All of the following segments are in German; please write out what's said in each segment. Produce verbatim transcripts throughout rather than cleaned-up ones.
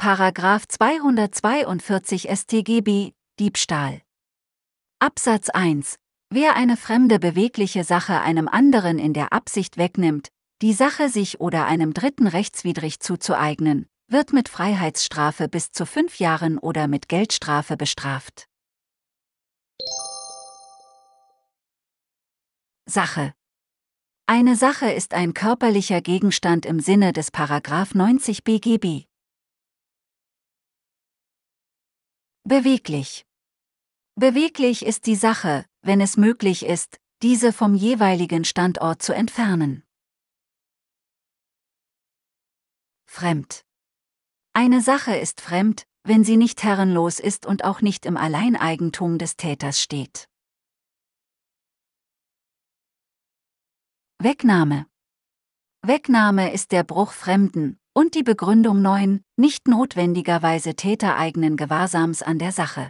Paragraph zweihundertzweiundvierzig S t G B, Diebstahl. Absatz eins. Wer eine fremde bewegliche Sache einem anderen in der Absicht wegnimmt, die Sache sich oder einem Dritten rechtswidrig zuzueignen, wird mit Freiheitsstrafe bis zu fünf Jahren oder mit Geldstrafe bestraft. Sache. Eine Sache ist ein körperlicher Gegenstand im Sinne des Paragraph neunzig B G B. Beweglich. Beweglich ist die Sache, wenn es möglich ist, diese vom jeweiligen Standort zu entfernen. Fremd. Eine Sache ist fremd, wenn sie nicht herrenlos ist und auch nicht im Alleineigentum des Täters steht. Wegnahme. Wegnahme ist der Bruch fremden, und die Begründung neun, nicht notwendigerweise tätereigenen Gewahrsams an der Sache.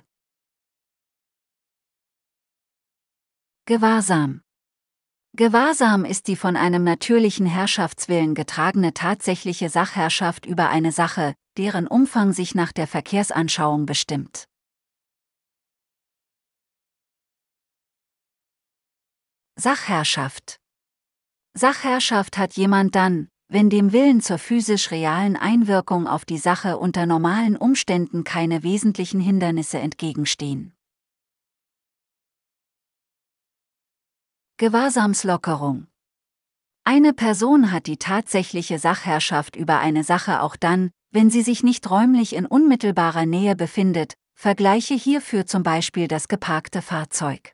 Gewahrsam. Gewahrsam ist die von einem natürlichen Herrschaftswillen getragene tatsächliche Sachherrschaft über eine Sache, deren Umfang sich nach der Verkehrsanschauung bestimmt. Sachherrschaft. Sachherrschaft hat jemand dann, wenn dem Willen zur physisch-realen Einwirkung auf die Sache unter normalen Umständen keine wesentlichen Hindernisse entgegenstehen. Gewahrsamslockerung. Eine Person hat die tatsächliche Sachherrschaft über eine Sache auch dann, wenn sie sich nicht räumlich in unmittelbarer Nähe befindet, vergleiche hierfür zum Beispiel das geparkte Fahrzeug.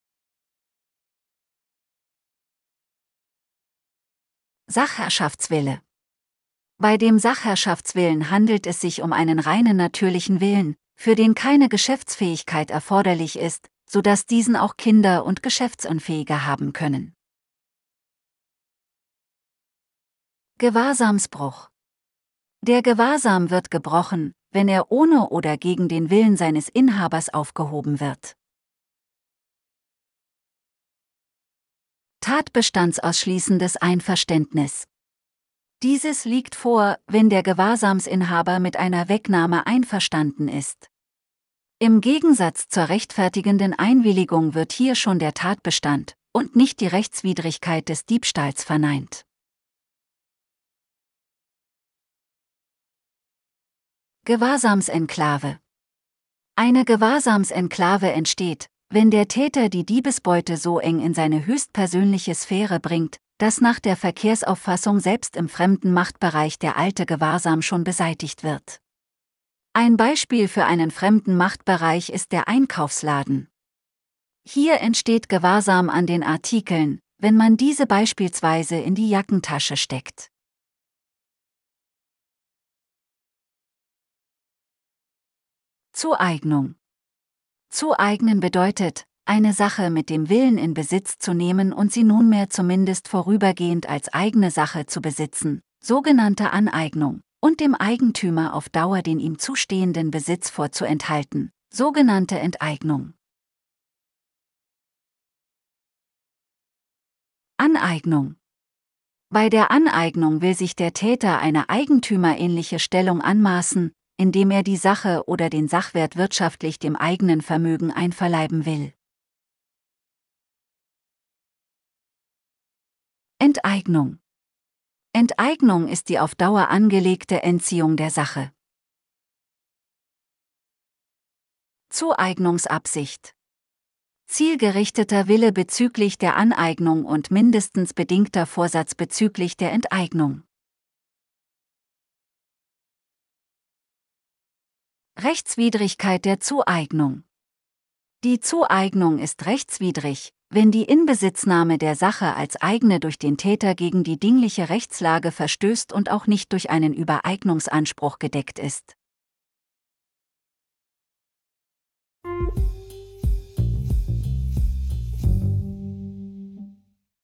Sachherrschaftswille. Bei dem Sachherrschaftswillen handelt es sich um einen reinen natürlichen Willen, für den keine Geschäftsfähigkeit erforderlich ist, sodass diesen auch Kinder und Geschäftsunfähige haben können. Gewahrsamsbruch. Der Gewahrsam wird gebrochen, wenn er ohne oder gegen den Willen seines Inhabers aufgehoben wird. Tatbestandsausschließendes Einverständnis. Dieses liegt vor, wenn der Gewahrsamsinhaber mit einer Wegnahme einverstanden ist. Im Gegensatz zur rechtfertigenden Einwilligung wird hier schon der Tatbestand und nicht die Rechtswidrigkeit des Diebstahls verneint. Gewahrsamsenklave. Eine Gewahrsamsenklave entsteht, wenn der Täter die Diebesbeute so eng in seine höchstpersönliche Sphäre bringt, dass nach der Verkehrsauffassung selbst im fremden Machtbereich der alte Gewahrsam schon beseitigt wird. Ein Beispiel für einen fremden Machtbereich ist der Einkaufsladen. Hier entsteht Gewahrsam an den Artikeln, wenn man diese beispielsweise in die Jackentasche steckt. Zueignung. Zueignen bedeutet, eine Sache mit dem Willen in Besitz zu nehmen und sie nunmehr zumindest vorübergehend als eigene Sache zu besitzen, sogenannte Aneignung, und dem Eigentümer auf Dauer den ihm zustehenden Besitz vorzuenthalten, sogenannte Enteignung. Aneignung. Bei der Aneignung will sich der Täter eine eigentümerähnliche Stellung anmaßen, indem er die Sache oder den Sachwert wirtschaftlich dem eigenen Vermögen einverleiben will. Enteignung. Enteignung ist die auf Dauer angelegte Entziehung der Sache. Zueignungsabsicht. Zielgerichteter Wille bezüglich der Aneignung und mindestens bedingter Vorsatz bezüglich der Enteignung. Rechtswidrigkeit der Zueignung. Die Zueignung ist rechtswidrig, wenn die Inbesitznahme der Sache als eigene durch den Täter gegen die dingliche Rechtslage verstößt und auch nicht durch einen Übereignungsanspruch gedeckt ist.